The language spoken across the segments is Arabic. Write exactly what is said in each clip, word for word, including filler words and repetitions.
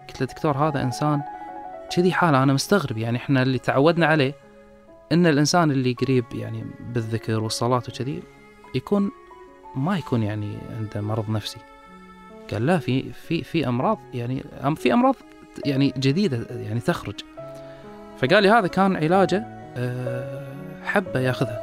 قلت له دكتور هذا إنسان كذي حاله، أنا مستغرب، يعني إحنا اللي تعودنا عليه إن الإنسان اللي قريب يعني بالذكر والصلاة وكذي يكون ما يكون يعني عنده مرض نفسي. قال لا، في في في أمراض يعني في أمراض يعني جديدة يعني تخرج. فقال لي هذا كان علاجه حبة ياخذها.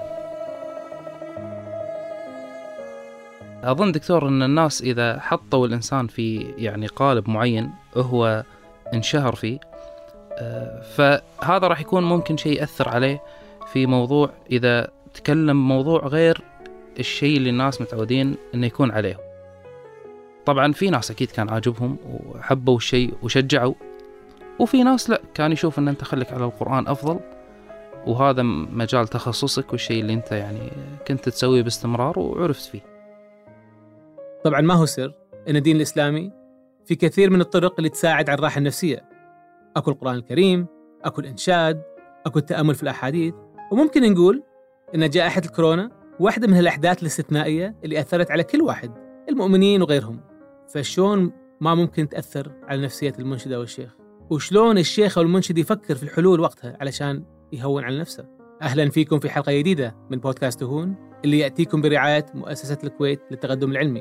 أظن دكتور أن الناس إذا حطوا الإنسان في يعني قالب معين هو انشهر فيه، فهذا راح يكون ممكن شيء يأثر عليه في موضوع إذا تكلم موضوع غير الشيء اللي الناس متعودين أنه يكون عليه. طبعا في ناس أكيد كان عاجبهم وحبوا الشيء وشجعوا، وفي ناس لا، كان يشوف أن أنت خليك على القرآن أفضل، وهذا مجال تخصصك والشيء اللي أنت يعني كنت تسويه باستمرار وعرفت فيه. طبعا ما هو سر أن الدين الإسلامي في كثير من الطرق اللي تساعد على الراحة النفسية. أكو القرآن الكريم، أكو الإنشاد، أكو التأمل في الأحاديث. وممكن نقول أن جائحة الكورونا واحدة من الأحداث الاستثنائية اللي أثرت على كل واحد، المؤمنين وغيرهم. فشلون ما ممكن تأثر على نفسية المنشد أو الشيخ، وشلون الشيخ أو المنشد يفكر في الحلول وقتها علشان يهون على نفسه. أهلا فيكم في حلقة جديدة من بودكاست تهون، اللي يأتيكم برعاية مؤسسة الكويت للتقدم العلمي.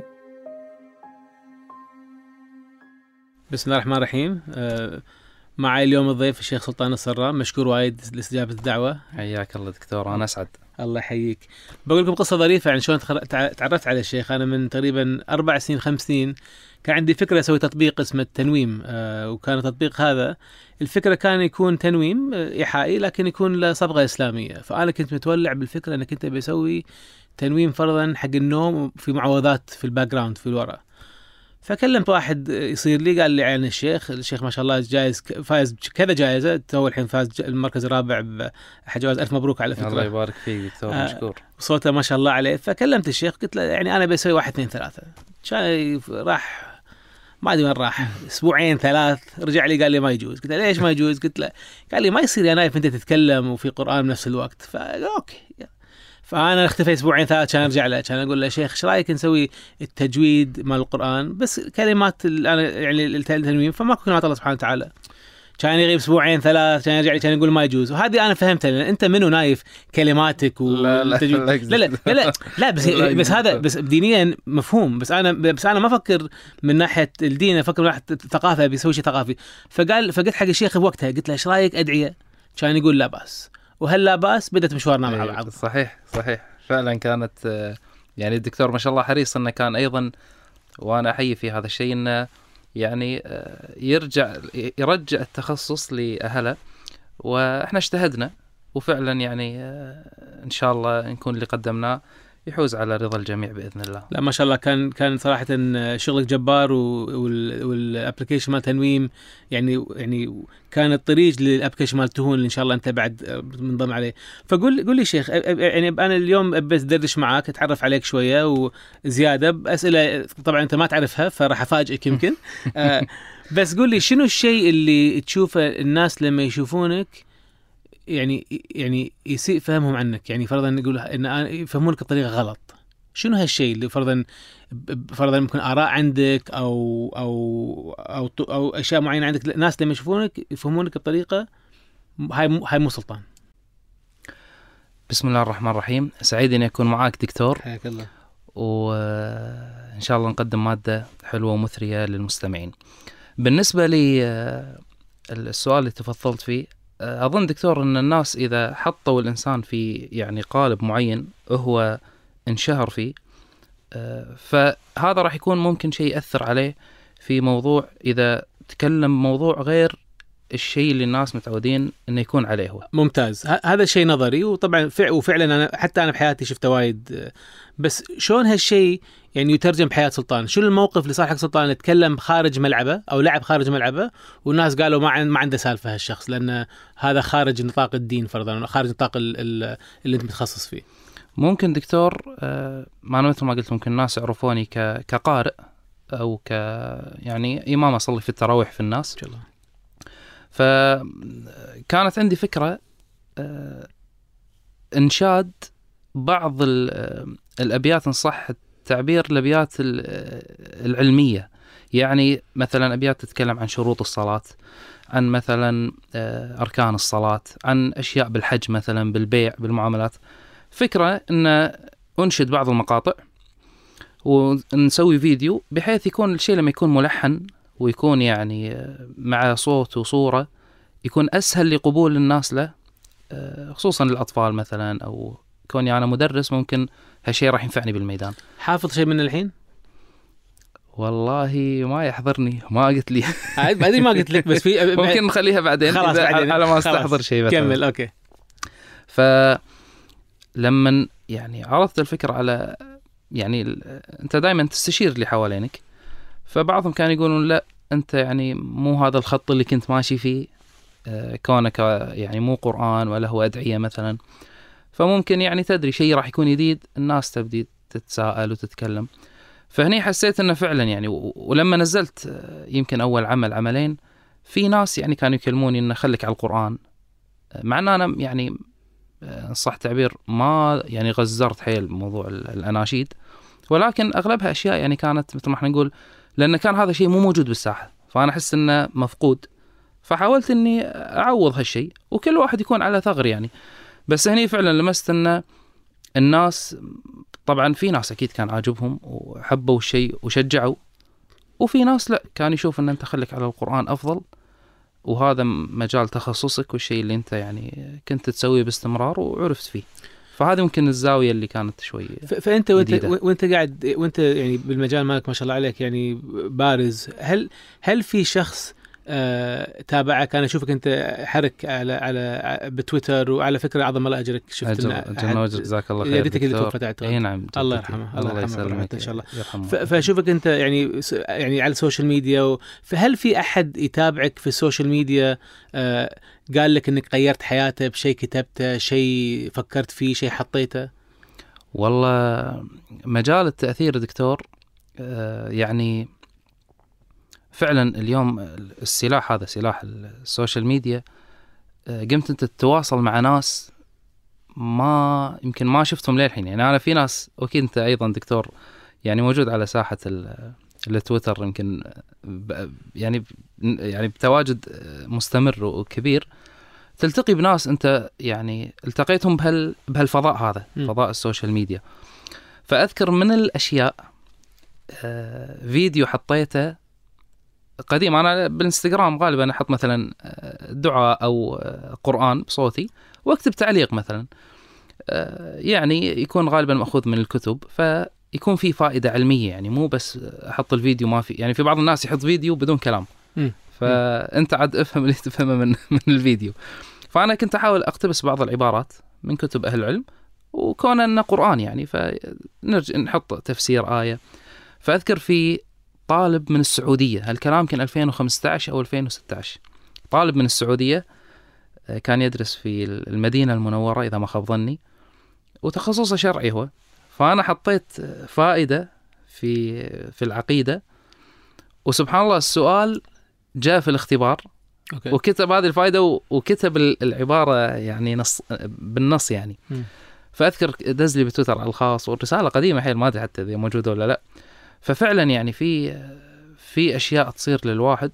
بسم الله الرحمن الرحيم. أه معي اليوم الضيف الشيخ سلطان السراء، مشكور وايد لاستجابة الدعوة. حياك الله دكتور، أنا أسعد. الله يحييك. بقول لكم قصة ظريفة عن شلون تعرفت على الشيخ. أنا من تقريبا أربع سنين خمس سنين كان عندي فكرة أسوي تطبيق اسمه التنويم، أه وكان التطبيق هذا الفكرة كان يكون تنويم إيحائي لكن يكون له صبغة إسلامية. فأنا كنت متولع بالفكرة أنك كنت بيسوي تنويم فرضا حق النوم في معوذات في الباك جراوند في الوراء. فكلمت واحد يصير لي قال لي عن الشيخ الشيخ ما شاء الله جائز فاز كذا جائزة، تو الحين فاز المركز الرابع بأحد جوائز. ألف مبروك على فكرة. الله يبارك فيك دكتور. آه مشكور. صوته ما شاء الله عليه. فكلمت الشيخ قلت له يعني أنا بسوي واحد اثنين ثلاثة. كان راح ما أدري وين راح، أسبوعين ثلاث رجع لي قال لي ما يجوز. قلت له ليش ما يجوز؟ قلت له قال لي ما يصير يا نايف أنت تتكلم وفي قرآن بنفس الوقت. فقال أوكي. فأنا اختفي أسبوعين ثلاث كان أرجع له، كان أقول له شيخ إيش رأيك نسوي التجويد مال القرآن بس كلمات أنا يعني التنويم فما كلمات الله سبحانه وتعالى. كان يغيب أسبوعين ثلاث كان يرجع لي كان يقول ما يجوز. وهذه أنا فهمتها لأن أنت منو نايف كلماتك والتجويد. لا لا لا لا, لا, لا بس بس هذا بس دينيا مفهوم، بس أنا بس أنا ما أفكر من ناحية الدين، أفكر من ناحية الثقافة، بيسوي شيء ثقافي. فقال فقلت حق الشيخ بوقتها قلت له إيش رأيك أدعية؟ كان يقول لا بأس. وهلا باس بدأت مشوارنا مع بعض. صحيح صحيح فعلا كانت يعني الدكتور ما شاء الله حريص انه كان ايضا، وانا احيي في هذا الشيء، انه يعني يرجع يرجع التخصص لاهله، واحنا اجتهدنا وفعلا يعني ان شاء الله نكون اللي قدمناه يحوز على رضا الجميع باذن الله. لا ما شاء الله كان كان صراحه شغلك جبار، والابلكيشن مال تنويم يعني يعني كان الطريق للابلكيشن مال تهون اللي ان شاء الله انت بعد منضم عليه. فقول قول لي شيخ، يعني انا اليوم بس دردش معاك اتعرف عليك شويه وزياده باسئله طبعا انت ما تعرفها فراح افاجئك يمكن. آه بس قول لي شنو الشيء اللي تشوفه الناس لما يشوفونك يعني يعني يسيء فهمهم عنك، يعني فرضا نقول ان يفهمونك بطريقه غلط. شنو هالشيء اللي فرضا فرضا ممكن اراء عندك او او او او اشياء معينه عندك، الناس لما يشوفونك يفهمونك بطريقه هاي هاي مو سلطان. بسم الله الرحمن الرحيم. سعيد اني اكون معاك دكتور. حياك الله. وان شاء الله نقدم ماده حلوه ومثريه للمستمعين. بالنسبه لي السؤال اللي تفضلت فيه، أظن دكتور أن الناس إذا حطوا الإنسان في يعني قالب معين هو انشهر فيه، فهذا راح يكون ممكن شيء يأثر عليه في موضوع إذا تكلم موضوع غير الشيء اللي الناس متعودين إنه يكون عليه هو. ممتاز. هذا شيء نظري، وطبعا وفعلا أنا حتى أنا بحياتي شفته وايد. بس شلون هالشيء يعني يترجم بحياة سلطان؟ شو الموقف اللي صار حق سلطان يتكلم خارج ملعبه أو لعب خارج ملعبه والناس قالوا ما ما عنده سالفة هالشخص لأن هذا خارج نطاق الدين فرضا، خارج نطاق اللي أنت متخصص فيه؟ ممكن دكتور آه ما أنا مثل ما قلت ممكن الناس يعرفوني ك كقارئ أو ك يعني إمام أصلي في التراويح في الناس. جل. فكانت عندي فكرة آه إنشاد بعض الأبيات إن صح التعبير الأبيات العلمية، يعني مثلا أبيات تتكلم عن شروط الصلاة، عن مثلا أركان الصلاة، عن أشياء بالحج مثلا، بالبيع، بالمعاملات. فكرة أن أنشد بعض المقاطع ونسوي فيديو بحيث يكون الشيء لما يكون ملحن ويكون يعني مع صوت وصورة يكون أسهل لقبول الناس له، خصوصا للأطفال مثلا، أو كوني أنا مدرس ممكن هالشيء راح ينفعني بالميدان. حافظ شيء من الحين؟ والله ما يحضرني، ما قلت لي. بعدين ما قلت لك، بس في ممكن نخليها بعدين. خلاص بعدين على ما استحضر شيء مثلا. كمل. أوكي. فلما يعني عرضت الفكرة على يعني أنت دائما تستشير اللي حوالينك، فبعضهم كانوا يقولون لا أنت يعني مو هذا الخط اللي كنت ماشي فيه، كونك يعني مو قرآن ولا هو أدعية مثلا، فممكن يعني تدري شيء راح يكون جديد، الناس تبدي تتساءل وتتكلم. فهني حسيت انه فعلا يعني، ولما نزلت يمكن اول عمل عملين في ناس يعني كانوا يكلموني انه خليك على القرآن، مع ان انا يعني صح تعبير ما يعني غزرت حيل موضوع الاناشيد، ولكن اغلبها اشياء يعني كانت مثل ما احنا نقول، لان كان هذا شيء مو موجود بالساحة، فانا احس انه مفقود، فحاولت اني اعوض هالشيء وكل واحد يكون على ثغر يعني. بس هني فعلا لمست ان الناس طبعا في ناس اكيد كان عاجبهم وحبوا الشيء وشجعوا، وفي ناس لا، كان يشوف ان انت خليك على القرآن افضل، وهذا مجال تخصصك والشيء اللي انت يعني كنت تسويه باستمرار وعرفت فيه. فهذه ممكن الزاوية اللي كانت شوي فانت وانت وانت قاعد وانت يعني بالمجال مالك ما شاء الله عليك يعني بارز، هل هل في شخص أه تابعك؟ انا اشوفك انت حرك على على بتويتر، وعلى فكره عظم الله اجرك، شفت ان جزاك الله خير. يا ريتك اللي توفت. اي نعم، الله يرحمه الله يرحمه ان شاء الله. يرحمه. فاشوفك انت يعني يعني على السوشيال ميديا و... فهل في احد يتابعك في السوشيال ميديا أه قال لك انك غيرت حياته بشيء كتبته، شيء فكرت فيه، شيء حطيته؟ والله مجال التأثير دكتور أه يعني فعلا اليوم السلاح هذا سلاح السوشيال ميديا. قمت انت تتواصل مع ناس ما يمكن ما شفتهم للحين، يعني انا في ناس واكيد انت ايضا دكتور يعني موجود على ساحة التويتر، يمكن يعني يعني بتواجد مستمر وكبير، تلتقي بناس انت يعني التقيتهم بهال بهالفضاء هذا، م. فضاء السوشيال ميديا. فاذكر من الاشياء فيديو حطيته قديم، أنا بالإنستغرام غالبا أحط مثلا دعاء أو قرآن بصوتي واكتب تعليق مثلا، يعني يكون غالبا مأخوذ من الكتب، فيكون في فائدة علمية، يعني مو بس أحط الفيديو ما في، يعني في بعض الناس يحط فيديو بدون كلام، فأنت عاد افهم اللي تفهمه من من الفيديو. فأنا كنت أحاول أقتبس بعض العبارات من كتب أهل العلم، وكون أنه قرآن يعني فنرجع نحط تفسير آية. فأذكر في طالب من السعودية، هالكلام كان ألفين وخمسة عشر أو ألفين وستة عشر، طالب من السعودية كان يدرس في المدينة المنورة إذا ما خاب ظني، وتخصصه شرعي هو. فأنا حطيت فائدة في في العقيدة، وسبحان الله السؤال جاء في الاختبار، أوكي. وكتب هذه الفائدة وكتب العبارة يعني نص بالنص يعني. م. فأذكر دز لي بتويتر على الخاص، والرسالة قديمة حيل ما أدري حتى إذا موجودة ولا لا. ففعلا يعني في في أشياء تصير للواحد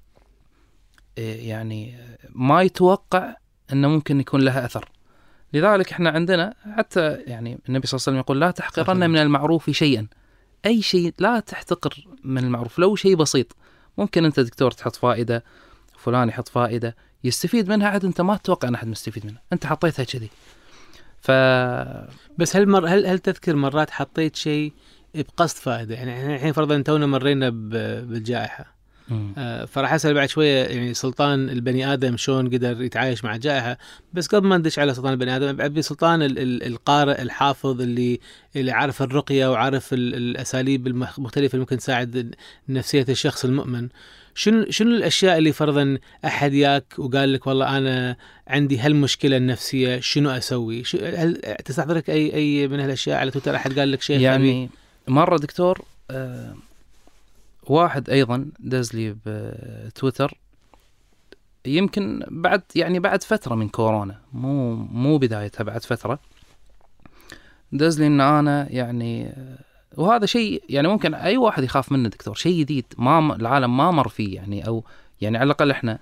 يعني ما يتوقع أنه ممكن يكون لها أثر. لذلك احنا عندنا حتى يعني النبي صلى الله عليه وسلم يقول لا تحقرن من المعروف شيئا، أي شيء لا تحتقر من المعروف، لو شيء بسيط. ممكن أنت دكتور تحط فائدة، فلان يحط فائدة يستفيد منها، عاد أنت ما تتوقع أن أحد مستفيد منها، أنت حطيتها كذي. ف بس هل مر هل هل تذكر مرات حطيت شيء بقصد فائدة؟ يعني احنا الحين فرضا تونا مرينا بالجائحة، آه فراح أسأل بعد شوية يعني سلطان البني آدم شلون قدر يتعايش مع الجائحة. بس قبل ما ندش على سلطان البني آدم، أبي سلطان ال ال القارئ الحافظ اللي اللي عارف الرقية وعارف الأساليب المختلفة اللي ممكن تساعد نفسية الشخص المؤمن. شنو شنو الأشياء اللي فرضا أحد ياك وقال لك والله أنا عندي هالمشكلة النفسية، شنو أسوي؟ هل تستحضرك أي أي من هالأشياء على تويتر؟ أحد قال لك شيء يعني خبي؟ مرة دكتور آه واحد أيضا دز لي بتويتر، يمكن بعد يعني بعد فترة من كورونا، مو مو بدايتها، بعد فترة دز لي إن أنا يعني وهذا شيء يعني ممكن أي واحد يخاف منه دكتور، شيء جديد ما العالم ما مر فيه يعني، أو يعني على الأقل إحنا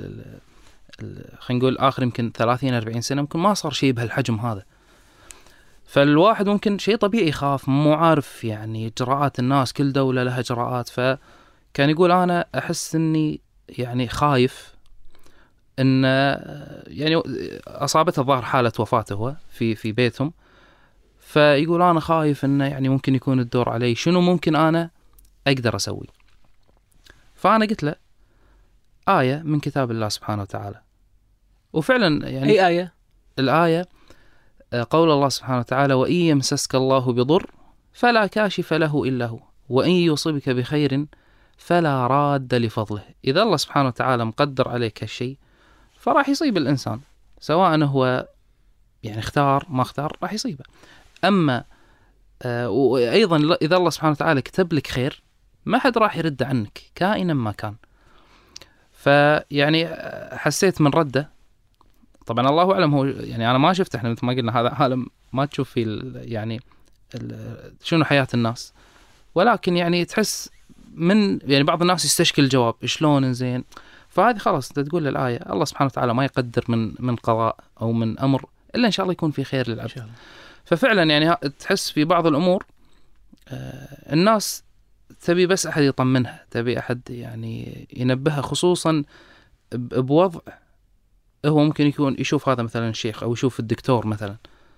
خلينا نقول آخر يمكن ثلاثين أربعين سنة ممكن ما صار شيء بهالحجم هذا. فالواحد ممكن شيء طبيعي يخاف، مو عارف يعني إجراءات الناس، كل دولة لها إجراءات. فكان يقول أنا أحس إني يعني خايف إن يعني أصابته الظاهر حالة وفاته هو في في بيتهم، فيقول أنا خايف إنه يعني ممكن يكون الدور علي، شنو ممكن أنا أقدر أسوي؟ فأنا قلت له آية من كتاب الله سبحانه وتعالى. وفعلا يعني أي آية؟ الآية قول الله سبحانه وتعالى وإن يمسسك الله بضر فلا كاشف له إلا هو وإن يصبك بخير فلا راد لفضله. إذا الله سبحانه وتعالى مقدر عليك هالشيء فراح يصيب الإنسان، سواء هو يعني اختار ما اختار راح يصيبه. أما آه وأيضا إذا الله سبحانه وتعالى كتب لك خير ما حد راح يرد عنك كائنا ما كان. فيعني حسيت من رده، طبعا الله أعلم هو يعني أنا ما شفت، احنا مثل ما قلنا هذا عالم ما تشوف فيه يعني شنو حياة الناس، ولكن يعني تحس من يعني بعض الناس يستشكل الجواب شلون زين. فهذه خلاص انت تقول الآية الله سبحانه وتعالى ما يقدر من من قضاء أو من أمر إلا إن شاء الله يكون في خير للعبد. ففعلا يعني تحس في بعض الأمور آه الناس تبي بس أحد يطمنها، تبي أحد يعني ينبهها، خصوصا بوضع هو ممكن يكون يشوف هذا مثلا الشيخ أو يشوف الدكتور مثلا،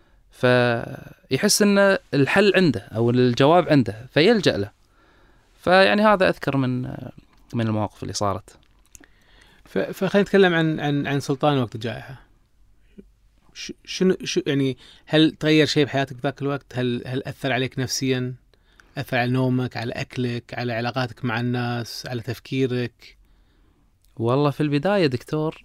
فيحس أن الحل عنده أو الجواب عنده فيلجأ له. فيعني هذا أذكر من من المواقف اللي صارت. فخلينا نتكلم عن عن عن سلطان وقت الجائحة. شنو شو يعني هل تغير شيء بحياتك ذاك الوقت؟ هل هل أثر عليك نفسيا؟ أثر على نومك، على أكلك، على علاقاتك مع الناس، على تفكيرك؟ والله في البداية دكتور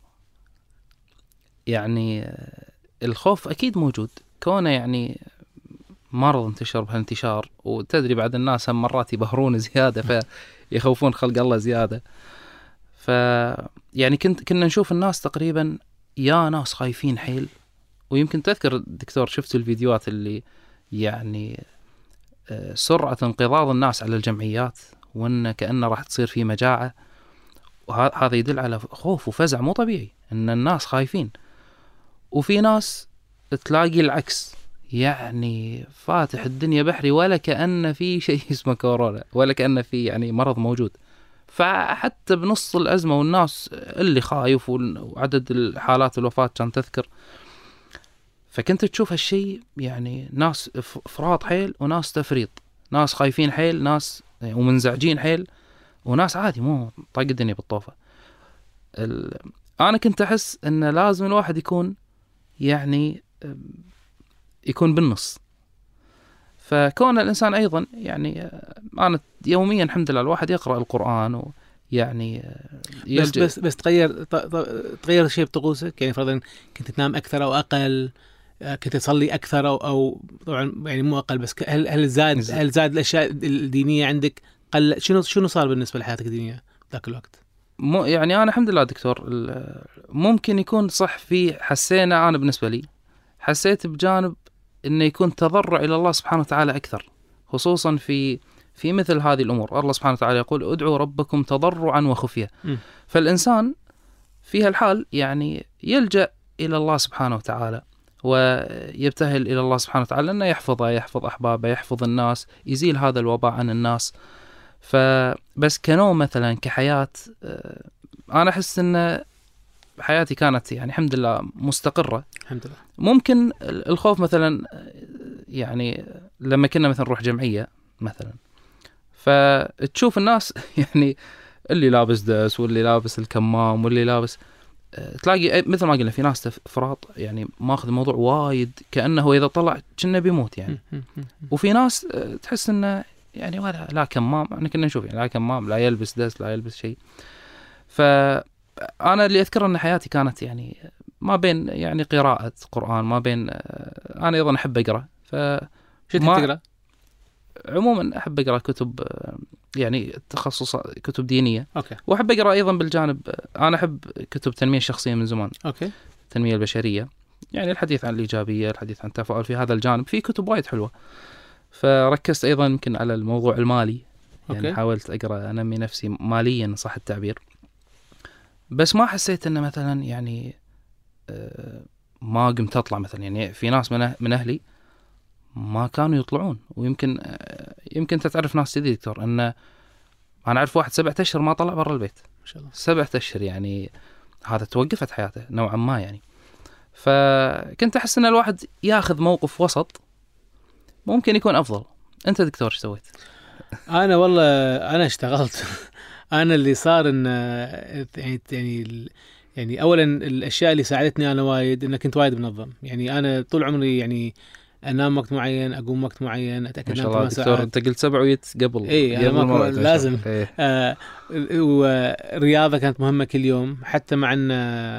يعني الخوف أكيد موجود، كونه يعني مرض انتشر بهالانتشار، وتدري بعد الناس هم مرات يبهرون زيادة فيخوفون خلق الله زيادة. ف يعني كنت كنا نشوف الناس تقريبا يا ناس خايفين حيل. ويمكن تذكر دكتور شفت الفيديوهات اللي يعني سرعة انقضاض الناس على الجمعيات، وأن كأنه راح تصير في مجاعة، وهذا يدل على خوف وفزع مو طبيعي أن الناس خايفين. وفي ناس تلاقي العكس، يعني فاتح الدنيا بحري ولا كأن في شيء اسمه كورونا، ولا كأن في يعني مرض موجود. فحتى بنص الأزمة والناس اللي خايف وعدد الحالات الوفاة كان تذكر، فكنت تشوف هالشيء يعني ناس إفراط حيل وناس تفريط، ناس خايفين حيل، ناس ومنزعجين حيل، وناس عادي مو طاق الدنيا بالطوفة. أنا كنت أحس أن لازم الواحد يكون يعني يكون بالنص. فكون الإنسان أيضا يعني أنا يوميا الحمد لله الواحد يقرأ القرآن ويعني بس بس بس تغير تغير شيء بطقوسك، يعني فرضا كنت تنام أكثر أو أقل، كنت تصلي أكثر أو أو طبعا يعني مو أقل، بس هل هل زاد هل زاد الأشياء الدينية عندك قل؟ شنو شنو صار بالنسبة لحياتك الدينية ذاك الوقت؟ مو يعني أنا الحمد لله دكتور ممكن يكون صح في حسينا، أنا بالنسبة لي حسيت بجانب إنه يكون تضرع إلى الله سبحانه وتعالى أكثر، خصوصا في في مثل هذه الأمور. الله سبحانه وتعالى يقول ادعوا ربكم تضرعا وخفية. م. فالإنسان في هالحال يعني يلجأ إلى الله سبحانه وتعالى ويبتهل إلى الله سبحانه وتعالى أنه يحفظه، يحفظ أحبابه، يحفظ الناس، يزيل هذا الوباء عن الناس. فبس كنوم مثلا كحياة أنا أحس أن حياتي كانت يعني الحمد لله مستقرة الحمد لله. ممكن الخوف مثلا يعني لما كنا مثلا نروح جمعية مثلا فتشوف الناس يعني اللي لابس دس واللي لابس الكمام واللي لابس، تلاقي مثل ما قلنا في ناس افراط يعني ماخذ الموضوع وايد كأنه إذا طلع كأنه بيموت يعني. وفي ناس تحس انه يعني ولا لا كمام، احنا كنا نشوف يعني لا كمام، لا يلبس دس، لا يلبس شيء. فأنا اللي أذكر أن حياتي كانت يعني ما بين يعني قراءة قرآن، ما بين أنا أيضا أحب أقرأ. ف شو تقرأ؟ عموما أحب أقرأ كتب يعني تخصص كتب دينية. أوكي. وأحب أقرأ أيضا بالجانب، أنا أحب كتب تنمية شخصية من زمان. أوكي. التنمية البشرية، يعني الحديث عن الإيجابية، الحديث عن التفاؤل، في هذا الجانب في كتب وايد حلوة. فركزت أيضا يمكن على الموضوع المالي، يعني أوكي. حاولت أقرأ أنمي نفسي ماليا صح التعبير، بس ما حسيت أنه مثلا يعني ما قمت أطلع مثلا. يعني في ناس من من أهلي ما كانوا يطلعون، ويمكن يمكن تتعرف ناس كذي دكتور، أن أنا أعرف واحد سبعة أشهر ما طلع برا البيت، ما شاء الله سبعة أشهر، يعني هذا توقفت حياته نوعا ما يعني. فكنت أحس أن الواحد ياخذ موقف وسط ممكن يكون أفضل. أنت دكتور ايش سويت؟ انا والله انا اشتغلت. انا اللي صار ان يعني يعني يعني اولا الاشياء اللي ساعدتني انا وايد ان كنت وايد منظم. يعني انا طول عمري يعني انام وقت معين، اقوم وقت معين، اتاكد ما شاء الله دكتور ساعات. انت قلت سبع ويت قبل اي انا قبل ما الموعد لازم. إيه. آه والرياضه كانت مهمه كل يوم، حتى مع ان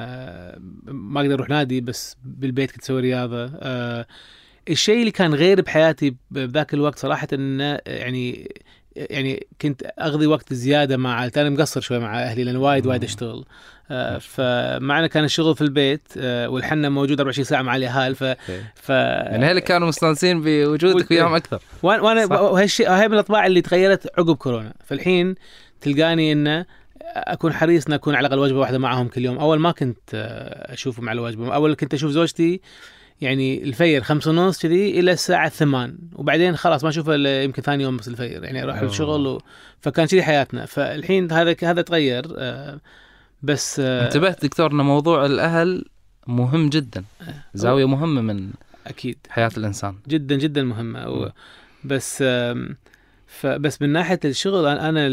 ما اقدر اروح نادي، بس بالبيت كنت اسوي رياضه. آه الشيء اللي كان غير بحياتي بذاك الوقت صراحه انه يعني يعني كنت اقضي وقت زياده مع عائلتي. انا مقصر شوي مع اهلي لان وايد وايد اشتغل. آه فمعنا كان الشغل في البيت، آه والحنه موجود أربعة وعشرين ساعه مع اليهال. ف ف يعني اهلك كانوا مستانسين بوجودك وياهم اكثر. وانا وهالشيء هاي من الاطباع اللي تغيرت عقب كورونا. فالحين تلقاني انه اكون حريص ان اكون على الاقل وجبه واحده معهم كل يوم. اول ما كنت اشوفهم على الوجبه، اول كنت اشوف زوجتي يعني الفير خمسة ونص كذي الى الساعه ثمان، وبعدين خلاص ما اشوفه الا يمكن ثاني يوم بس الفير، يعني اروح الشغل و... فكان كذي حياتنا. فالحين هذا هذا تغير. بس انتبهت دكتور ان موضوع الاهل مهم جدا، زاويه مهمه من اكيد حياه الانسان، جدا جدا مهمه. و... بس فبس من ناحيه الشغل انا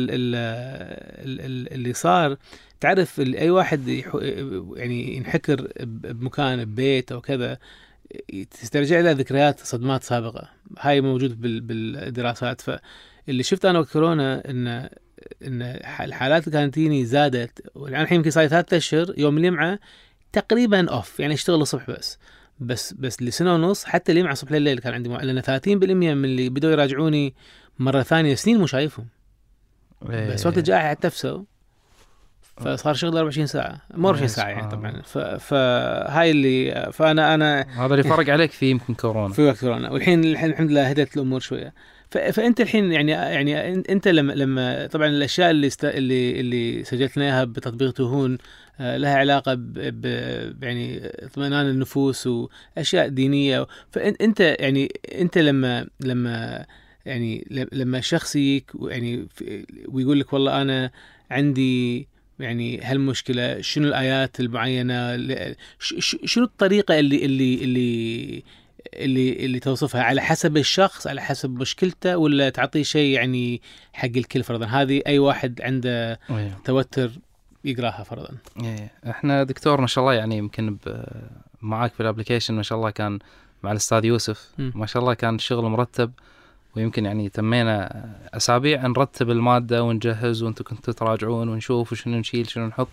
اللي صار تعرف اي واحد يعني ينحكر بمكان ببيت او كذا تسترجع له ذكريات صدمات سابقه. هاي موجود بالدراسات. فاللي شفت انا وقت كورونا ان ان الحالات اللي كانت تجيني زادت. والان الحين يمكن صار ثلاثة اشهر يوم الجمعه تقريبا اوف، يعني اشتغل الصبح بس بس بس لسنه ونص حتى الجمعه صبح الليل كان عندي، لان ثلاثين بالمئة من اللي بدوا يراجعوني مره ثانيه سنين مو شايفهم. بس وقت الجائحه اعتفسوا فصار شغل أربعة وعشرين ساعه، مو أربعة وعشرين ساعه يعني طبعا. فهاي اللي فانا انا هذا اللي فرق عليك في يمكن كورونا، في وقت كورونا. والحين الحين الحمد لله هدت الامور شويه. فانت الحين يعني يعني انت لما لما طبعا الاشياء اللي است... اللي اللي سجلت لنا بتطبيق تهون لها علاقه ب... ب... يعني اطمئنان النفوس واشياء دينيه. فانت يعني انت لما لما يعني لما شخص يجيك يعني ويقول لك والله انا عندي يعني هالمشكله، شنو الايات المعينه، شنو الطريقه اللي اللي اللي اللي اللي توصفها على حسب الشخص، على حسب مشكلته، ولا تعطيه شيء يعني حق الكل فرضا؟ هذه اي واحد عنده توتر يقراها فرضا. احنا دكتور ما شاء الله يعني يمكن معاك في الابليكيشن ما شاء الله كان مع الاستاذ يوسف م. ما شاء الله كان الشغل مرتب، ويمكن يعني تمينا أسابيع نرتب المادة ونجهز، وانتم كنتوا تراجعون ونشوف وشنو نشيل شنو نحط.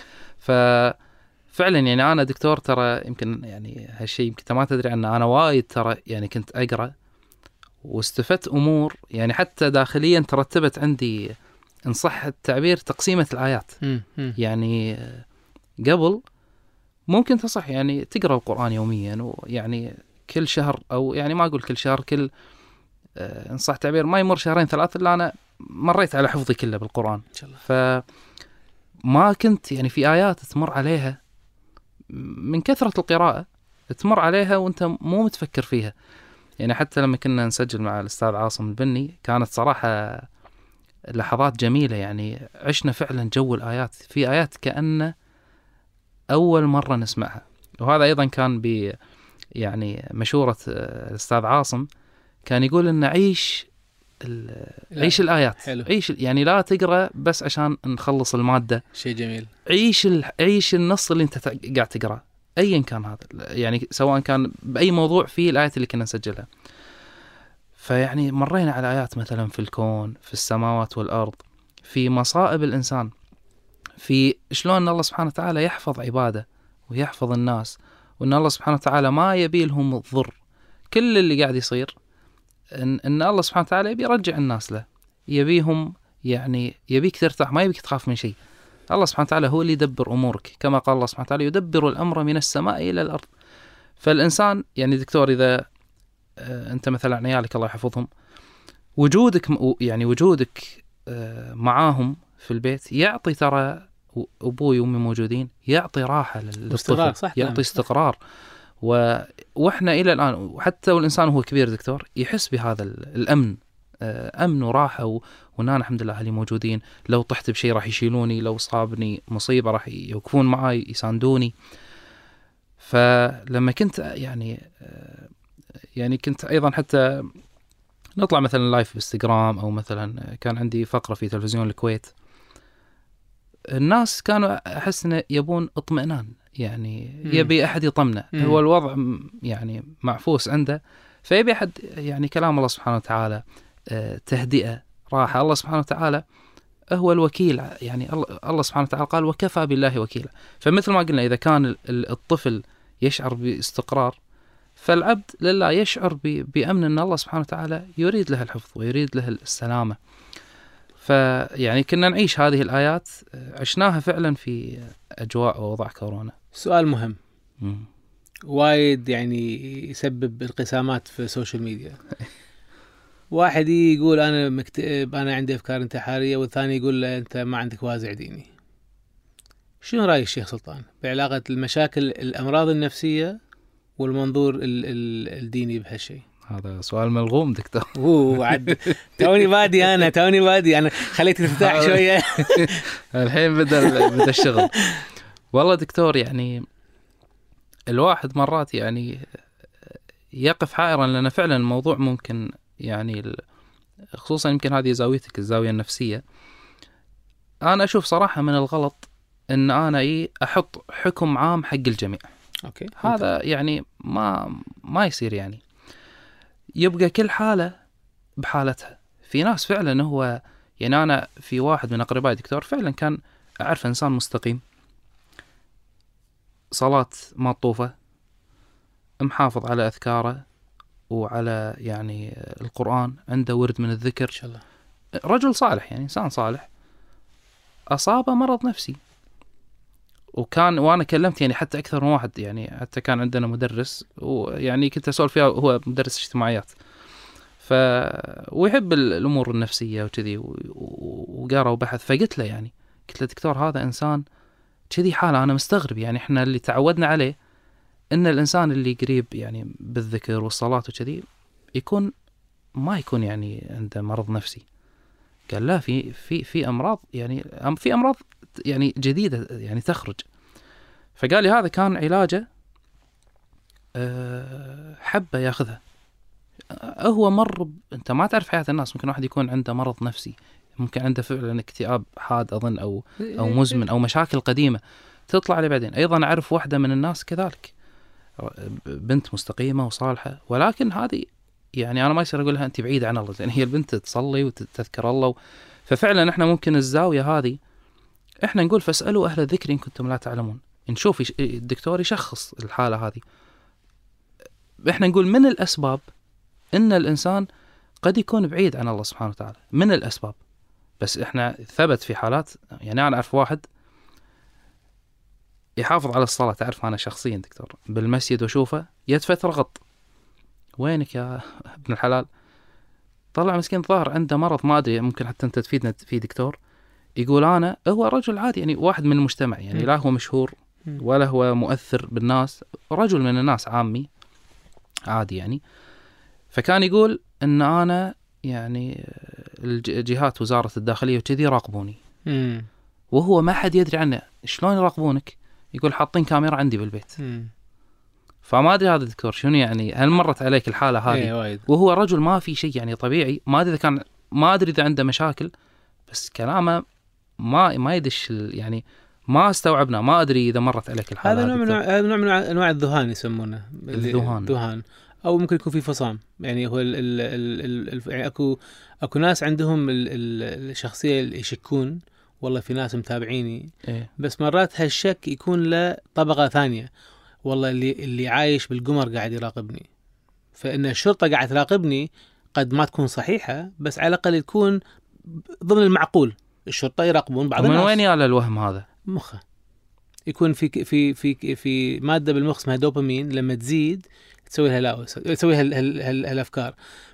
ففعلا يعني أنا دكتور ترى يمكن يعني هالشيء يمكن ما تدري عنه، أنا وايد ترى يعني كنت أقرأ واستفدت أمور يعني حتى داخليا ترتبت عندي إن صح التعبير تقسيمة الآيات. م- م. يعني قبل ممكن تصح يعني تقرأ القرآن يوميا، ويعني كل شهر أو يعني ما أقول كل شهر، كل إن صح تعبير ما يمر شهرين ثلاثة إلا أنا مريت على حفظي كله بالقرآن إن شاء الله. فما كنت يعني في آيات تمر عليها من كثرة القراءة، تمر عليها وأنت مو متفكر فيها. يعني حتى لما كنا نسجل مع الأستاذ عاصم البني كانت صراحة لحظات جميلة، يعني عشنا فعلا جو الآيات. في آيات كأن أول مرة نسمعها، وهذا أيضا كان ب يعني مشورة الأستاذ عاصم، كان يقول إن عيش عيش الآيات، حلو. عيش يعني لا تقرأ بس عشان نخلص المادة، شيء جميل. عيش ال... عيش النص اللي أنت قاعد تقرأ أيا كان هذا، يعني سواء كان بأي موضوع فيه الآيات اللي كنا نسجلها. فيعني مرينا على آيات مثلا في الكون، في السماوات والأرض، في مصائب الإنسان، في شلون الله سبحانه وتعالى يحفظ عباده ويحفظ الناس، وأن الله سبحانه وتعالى ما يبي لهم الضر. كل اللي قاعد يصير إن, إن الله سبحانه وتعالى يبي يرجع الناس له، يبيهم يعني يبيك ترتاح، ما يبيك تخاف من شيء. الله سبحانه وتعالى هو اللي يدبر أمورك، كما قال الله سبحانه وتعالى يدبر الأمر من السماء إلى الأرض. فالإنسان يعني دكتور إذا أنت مثلا عيالك الله يحفظهم وجودك يعني وجودك معاهم في البيت يعطي، ترى أبوي وأمي موجودين، يعطي راحة للطفل، صح، يعطي استقرار. و... وإحنا إلى الآن، وحتى والإنسان وهو كبير دكتور يحس بهذا الأمن، أمن وراحة، و... وأنا الحمد لله أهلي موجودين، لو طحت بشيء راح يشيلوني، لو صابني مصيبة راح يوقفون معاي يساندوني. فلما كنت يعني يعني كنت أيضا حتى نطلع مثلا لايف بإنستغرام، أو مثلا كان عندي فقرة في تلفزيون الكويت، الناس كانوا أحس إنه يبون اطمئنان، يعني يبي أحد يطمنه، هو الوضع يعني معفوس عنده، فيبي أحد يعني كلام الله سبحانه وتعالى، تهدئة، راحة. الله سبحانه وتعالى هو الوكيل، يعني الله سبحانه وتعالى قال وكفى بالله وكيلا. فمثل ما قلنا إذا كان الطفل يشعر باستقرار، فالعبد لله يشعر بأمن أن الله سبحانه وتعالى يريد له الحفظ ويريد له السلامة. فيعني كنا نعيش هذه الآيات، عشناها فعلا في أجواء ووضع كورونا. سؤال مهم م. وايد يعني يسبب انقسامات في السوشيال ميديا. واحد يقول أنا مكتئب، أنا عندي أفكار انتحارية، والثاني يقول له أنت ما عندك وازع ديني. شنو رأي الشيخ سلطان بعلاقة المشاكل الأمراض النفسية والمنظور ال ال الديني بهالشيء؟ هذا سؤال ملغوم دكتور. اوه عد توني بادي انا توني بادي انا خليتك ترتاح شويه. الحين بدا بدا الشغل. والله دكتور، يعني الواحد مرات يعني يقف حائرا، لأن فعلا الموضوع ممكن يعني، خصوصا يمكن هذه زاويتك، الزاوية النفسية. أنا أشوف صراحة من الغلط أن أنا إيه أحط حكم عام حق الجميع. أوكي. هذا يعني ما ما يصير، يعني يبقى كل حالة بحالتها. في ناس فعلا هو يعني، أنا في واحد من أقربائي دكتور فعلا كان أعرف إنسان مستقيم، صلاة مطوفة، محافظ على أذكاره وعلى يعني القرآن، عنده ورد من الذكر، إن شاء الله رجل صالح، يعني إنسان صالح، أصابه مرض نفسي. وكان وأنا كلمت يعني حتى أكثر من واحد، يعني حتى كان عندنا مدرس، ويعني كنت أسولف فيها، هو مدرس اجتماعيات، ف ويحب الأمور النفسية وكذي، وقرأ وبحث. فقلت له يعني قلت له دكتور، هذا إنسان كذي حالة، أنا مستغرب، يعني إحنا اللي تعودنا عليه إن الإنسان اللي قريب يعني بالذكر والصلاة وكذي يكون ما يكون يعني عنده مرض نفسي. قال لا، في في في أمراض، يعني في أمراض يعني جديدة يعني تخرج. فقال لي هذا كان علاجه أه حبة ياخذها. هو مر ب... أنت ما تعرف حياة الناس، ممكن واحد يكون عنده مرض نفسي، ممكن عنده فعلا اكتئاب حاد أظن، أو أو مزمن، أو مشاكل قديمة تطلع لي بعدين. أيضا أعرف واحدة من الناس كذلك، بنت مستقيمة وصالحة، ولكن هذه يعني أنا ما يصير أقول لها أنت بعيدة عن الله، يعني هي البنت تصلي وتذكر الله. و... ففعلا إحنا ممكن الزاوية هذه إحنا نقول فاسألوا أهل الذكر إن كنتم لا تعلمون. نشوف الدكتور يشخص الحالة هذه. إحنا نقول من الأسباب إن الإنسان قد يكون بعيد عن الله سبحانه وتعالى، من الأسباب. بس إحنا ثبت في حالات، يعني أنا أعرف واحد يحافظ على الصلاة، تعرف أنا شخصيا دكتور بالمسجد وشوفه يد فترة غط، وينك يا ابن الحلال؟ طلع مسكين ظاهر عنده مرض ما أدري، ممكن حتى أنت تفيدنا في دكتور. يقول أنا هو رجل عادي، يعني واحد من المجتمع، يعني لا هو مشهور ولا هو مؤثر بالناس، رجل من الناس عامي عادي يعني. فكان يقول إن أنا يعني الجهات وزارة الداخلية وكذي راقبوني، مم. وهو ما حد يدري عنه. شلون يراقبونك؟ يقول حاطين كاميرا عندي بالبيت. مم. فما أدري هذا الدكتور شنو يعني، هل مرت عليك الحالة هذه؟ إيه وهو رجل ما في شيء يعني طبيعي، ما أدري إذا كان ما أدري إذا عنده مشاكل، بس كلامه ما ما يدش يعني، ما استوعبنا. ما أدري إذا مرت عليك الحالة. هذا نوع من هذا نوع من أنواع الذهان يسمونه، الذهان. الذهان أو ممكن يكون في فصام، يعني هو ال ال ال ال يعني أكو أكو ناس عندهم ال ال الشخصية اللي يشكون، والله في ناس متابعيني إيه؟ بس مرات هالشك يكون له طبقة ثانية، والله اللي اللي عايش بالقمر قاعد يراقبني. فإن الشرطة قاعد تراقبني قد ما تكون صحيحة، بس على الأقل تكون ضمن المعقول. الشرطة يراقبون بعض الناس. من وين ياله الوهم هذا؟ مخه يكون في في في في مادة بالمخ اسمها دوبامين، لما تزيد تسوي لها لاوس، تسوي هال هال هال هالافكار.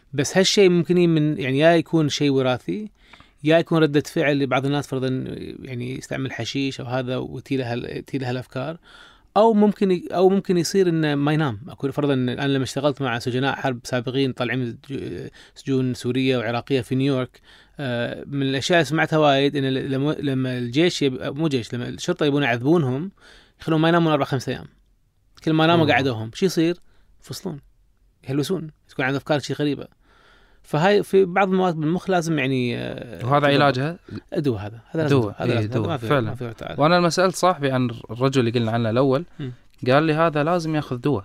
بس هالشيء ممكن من يعني يا يكون شيء وراثي، يا يكون ردة فعل لبعض الناس فرضا يعني يستعمل حشيش او هذا وتي له تي له الافكار، او ممكن او ممكن يصير انه ما ينام. اكو فرضا انا لما اشتغلت مع سجناء حرب سابقين طالعين من سجون سوريه وعراقيه في نيويورك، من الاشياء اللي سمعتها وايد ان لما الجيش يب... مو جيش لما الشرطه يبون يعذبونهم يخلون ما ينامون اربع خمس ايام، كل ما ناموا قعدوهم شو يصير؟ يفصلون، يهلوسون، تكون عندهم افكار شيء غريبه. فهاي في بعض المواد بالمخ لازم يعني. وهذا علاجها ادوه، هذا هذا دواء هذا, إيه هذا ما فعلا. ما وانا لما سالت صاحبي عن الرجل اللي قلنا عنه الاول م. قال لي هذا لازم ياخذ دواء.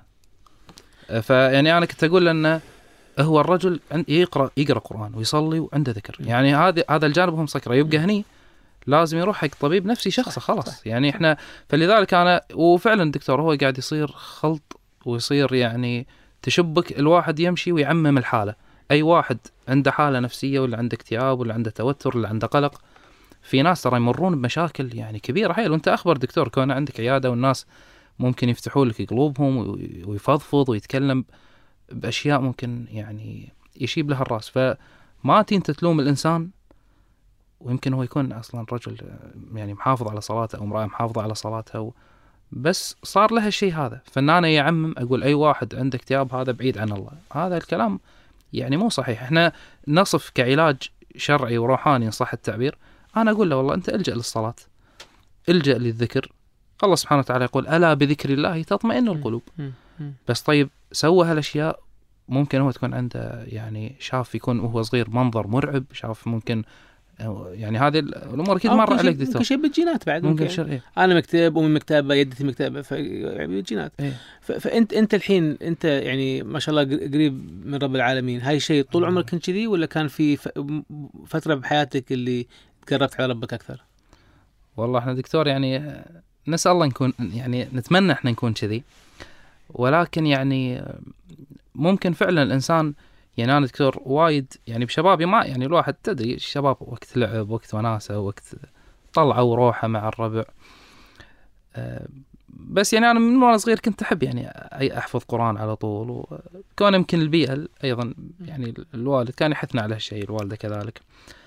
فيعني انا كنت اقول انه هو الرجل يقرا يقرا قران ويصلي وعنده ذكر، م. يعني هذا هذا الجانب هم مسكره، يبقى هني لازم يروح حق طبيب نفسي شخصه خلاص. صح. يعني صح. احنا فلذلك انا وفعلا الدكتور هو قاعد يصير خلط ويصير يعني تشبك، الواحد يمشي ويعمم الحاله. اي واحد عنده حاله نفسيه ولا عنده اكتئاب ولا عنده توتر ولا عنده قلق، في ناس ترى يمرون بمشاكل يعني كبيره حيل. وانت اخبر دكتور كون عندك عياده والناس ممكن يفتحوا لك قلوبهم ويفضفض ويتكلم باشياء ممكن يعني يشيب لها الراس. فما تين تلوم الانسان، ويمكن هو يكون اصلا رجل يعني محافظ على صلاته او امراه محافظه على صلاتها، بس صار لها الشيء هذا. فانا يعمم اقول اي واحد عنده اكتئاب هذا بعيد عن الله، هذا الكلام يعني مو صحيح. احنا نصف كعلاج شرعي وروحاني ان صح التعبير، انا اقول له والله انت الجأ للصلاة، الجأ للذكر. الله سبحانه وتعالى يقول الا بذكر الله تطمئن القلوب. بس طيب سوى هالاشياء، ممكن هو تكون عنده يعني شاف يكون وهو صغير منظر مرعب، شاف ممكن يعني هذه الامور اكيد مر عليك دكتور. ممكن شيء بالجينات بعد، ممكن, ممكن إيه؟ انا مكتئب ومن مكتئبه يدتي مكتئبه يعني بالجينات. إيه؟ فانت انت الحين انت يعني ما شاء الله قريب من رب العالمين، هاي شيء طول عمرك كنت كذي ولا كان في فتره بحياتك اللي تقربت على ربك اكثر؟ والله احنا دكتور يعني نسال الله نكون يعني نتمنى احنا نكون كذي، ولكن يعني ممكن فعلا الانسان يعني أنا دكتور وايد يعني بشبابي ما يعني الواحد تدري الشباب وقت لعب وقت وناسة وقت طلعة وروحة مع الربع. أه بس يعني أنا من وأنا صغير كنت أحب يعني أي أحفظ قرآن على طول، وكان يمكن البيئة أيضا يعني الوالد كان يحثنا على هالشيء، الوالدة كذلك.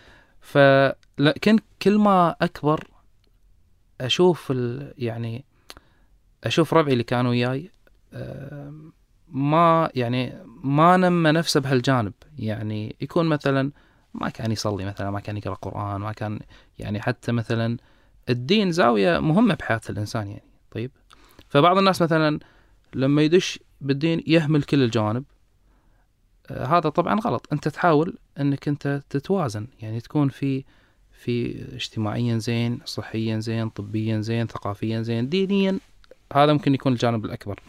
فلكن كل ما أكبر أشوف يعني أشوف ربعي اللي كانوا وياي أه ما يعني ما نمى نفسه بهالجانب، يعني يكون مثلا ما كان يصلي مثلا، ما كان يقرأ قرآن، ما كان يعني حتى مثلا الدين زاوية مهمة بحياة الإنسان يعني. طيب فبعض الناس مثلا لما يدش بالدين يهمل كل الجوانب، آه هذا طبعا غلط. أنت تحاول أنك أنت تتوازن، يعني تكون في في اجتماعيا زين، صحيا زين، طبيا زين، ثقافيا زين، دينيا، هذا ممكن يكون الجانب الأكبر.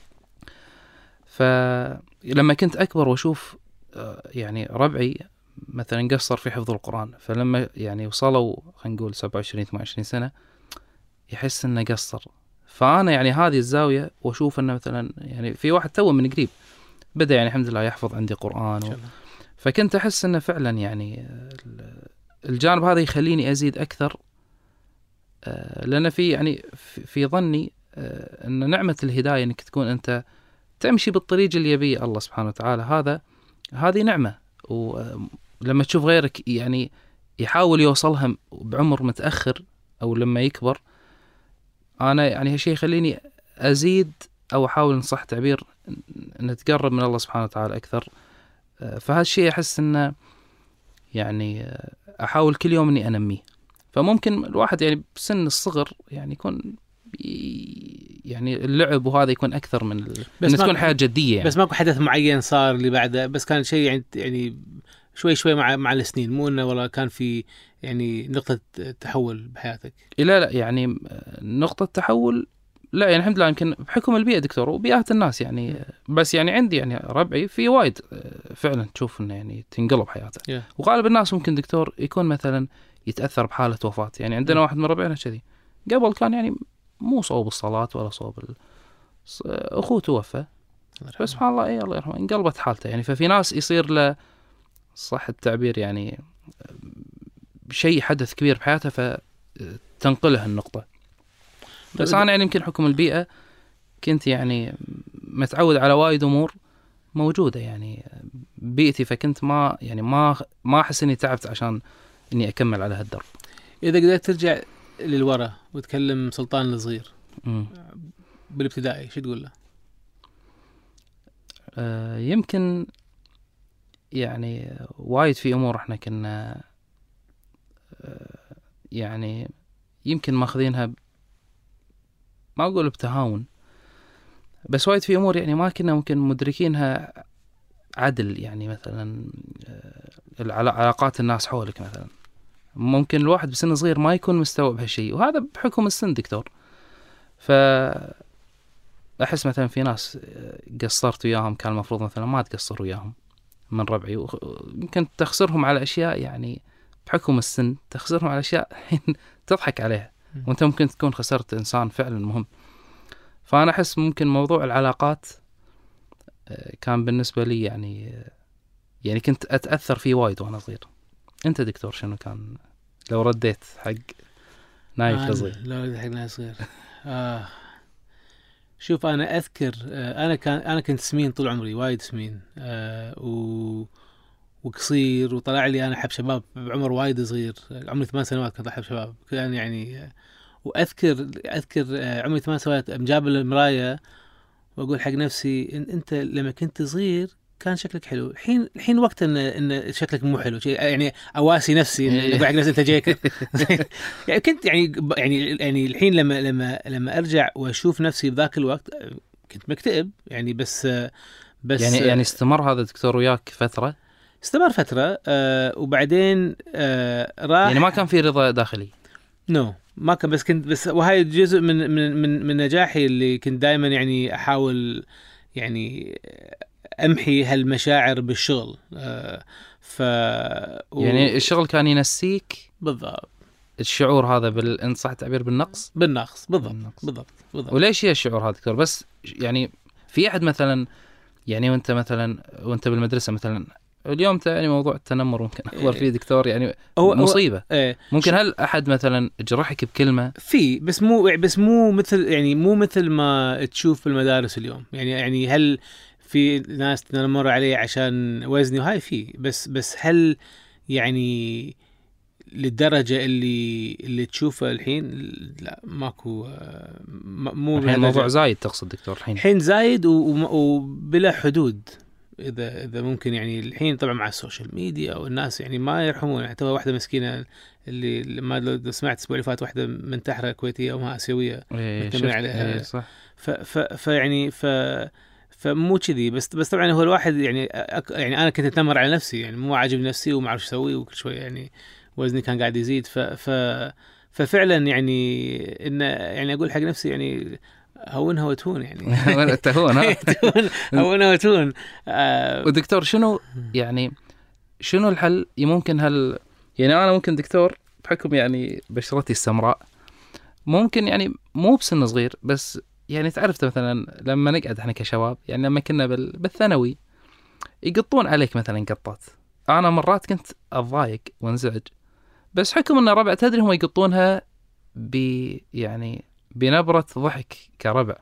فلما كنت أكبر وأشوف يعني ربعي مثلا قصر في حفظ القرآن، فلما يعني وصلوا خلينا نقول سبعة وعشرين ثمانية وعشرين سنة يحس إنه قصر. فأنا يعني هذه الزاوية وأشوف إنه مثلا يعني في واحد تو من قريب بدأ يعني الحمد لله يحفظ عندي قرآن و... فكنت أحس إنه فعلا يعني الجانب هذا يخليني أزيد أكثر، لأن في يعني في ظني أن نعمة الهداية إنك تكون أنت تمشي بالطريق اللي يبيه الله سبحانه وتعالى، هذا هذه نعمة. ولما تشوف غيرك يعني يحاول يوصلها بعمر متأخر أو لما يكبر، أنا يعني هالشيء يخليني أزيد أو أحاول إن صح تعبير أن تقرب من الله سبحانه وتعالى أكثر. فهالشيء أحس أنه يعني أحاول كل يوم أني أنميه. فممكن الواحد يعني بسن الصغر يعني يكون يعني اللعب وهذا يكون أكثر من بس تكون حياة جدية يعني. بس ماكو حدث معين صار اللي بعده، بس كان شيء يعني يعني شوي شوي مع مع السنين، مو إنه والله كان في يعني نقطة تحول بحياتك؟ لا لا يعني نقطة تحول لا، يعني الحمد لله يمكن بحكم البيئة دكتور وبيئة الناس يعني م. بس يعني عندي يعني ربعي في وايد فعلا تشوف إنه يعني تنقلب حياته. yeah. وغالب الناس ممكن دكتور يكون مثلا يتأثر بحالة وفاة. يعني عندنا م. واحد من ربعنا كذي قبل كان يعني مو صوب الصلاة ولا صوب ال... أخوه توفى بس سبحان الله إيه الله يرحمه انقلبت حالته يعني. ففي ناس يصير له صح التعبير يعني شيء حدث كبير بحياته فتنقله النقطة. بس أنا يعني يمكن حكم البيئة كنت يعني متعود على وايد أمور موجودة يعني بيئتي، فكنت ما يعني ما ما أحس إني تعبت عشان إني أكمل على هالدرب. إذا قدرت ترجع للورا وتكلم سلطان الصغير م. بالابتدائي شو تقول له؟ آه يمكن يعني وايد في أمور إحنا كنا آه يعني يمكن ماخذينها ب... ما أقول بتهاون، بس وايد في أمور يعني ما كنا ممكن مدركينها عدل. يعني مثلا علاقات الناس حولك مثلا، ممكن الواحد بسن صغير ما يكون مستوعب هالشيء، وهذا بحكم السن دكتور. فأحس مثلا في ناس قصرت وياهم كان المفروض مثلا ما تقصر وياهم من ربعي، ويمكن تخسرهم على أشياء يعني بحكم السن تخسرهم على أشياء تضحك عليها، وانت ممكن تكون خسرت إنسان فعلا مهم. فأنا أحس ممكن موضوع العلاقات كان بالنسبة لي يعني يعني كنت أتأثر فيه وايد وأنا صغير. أنت دكتور شنو كان لو رديت حق نايف الصغير؟ لو رديت حق نايف صغير آه. شوف أنا أذكر آه أنا كان أنا كنت سمين طول عمري، وايد سمين آه و وقصير، وطلع لي أنا حب شباب بعمر وايد صغير، عمري ثمان سنوات كنت أحب شباب كان يعني. وأذكر أذكر آه عمري ثمان سنوات مجابل المراية وأقول حق نفسي إن أنت لما كنت صغير كان شكلك حلو، الحين الحين وقت إن إن شكلك مو حلو، يعني أواسي نفسي إن أقول حق نفسي أنت جايك يعني كنت يعني يعني يعني الحين لما لما لما أرجع وأشوف نفسي بذاك الوقت كنت مكتئب يعني. بس بس يعني يعني استمر هذا الدكتور وياك فترة؟ استمر فترة آه وبعدين آه راح، يعني ما كان في رضا داخلي؟ نو no. ما كان، بس كنت بس وهاي جزء من من من من نجاحي اللي كنت دائما يعني احاول يعني امحي هالمشاعر بالشغل. آه ف و... يعني الشغل كان ينسيك بالضبط الشعور هذا بال ان صح التعبير بالنقص بالنقص بالضبط بالنقص. بالضبط بالضبط. وليش هي الشعور هذا دكتور؟ بس يعني في احد مثلا يعني وانت مثلا وانت بالمدرسة مثلا اليوم يعني موضوع التنمر ممكن أخبر فيه دكتور يعني هو مصيبة هو ايه ممكن هل أحد مثلا جرحك بكلمة؟ في بس مو بس مو مثل يعني مو مثل ما تشوف في المدارس اليوم يعني. يعني هل في ناس تنمر علي عشان وزني وهاي في، بس بس هل يعني للدرجة اللي اللي تشوفه الحين؟ لا ماكو مو الحين الموضوع زايد تقصد دكتور؟ الحين الحين زايد وبلا حدود. إذا إذا ممكن يعني الحين طبعا مع السوشيال ميديا والناس يعني ما يرحمون. حتى واحدة مسكينة اللي ما لو سمعت الأسبوع اللي فات واحدة من تحرى كويتية وما آسيوية مهتمين عليها ايه صح. ف ف فيعني ف فمو كذي بس بس طبعا هو الواحد يعني أك يعني أنا كنت أتنمر على نفسي يعني مو عاجب نفسي وما أعرف أسوي، وكل شوية يعني وزني كان قاعد يزيد. ف ف ففعلا يعني إن يعني أقول حق نفسي يعني هونها وتهون يعني تهون ها هونها وتهون. آه ودكتور شنو يعني شنو الحل؟ ممكن هل يعني أنا ممكن دكتور بحكم يعني بشرتي السمراء ممكن يعني مو بسن صغير، بس يعني تعرفت مثلا لما نقعد احنا كشباب يعني لما كنا بال... بالثانوي يقطون عليك مثلا قطات، أنا مرات كنت أضايق وانزعج، بس حكم إن ربع تدري هم يقطونها ب يعني بنبرة ضحك كربع،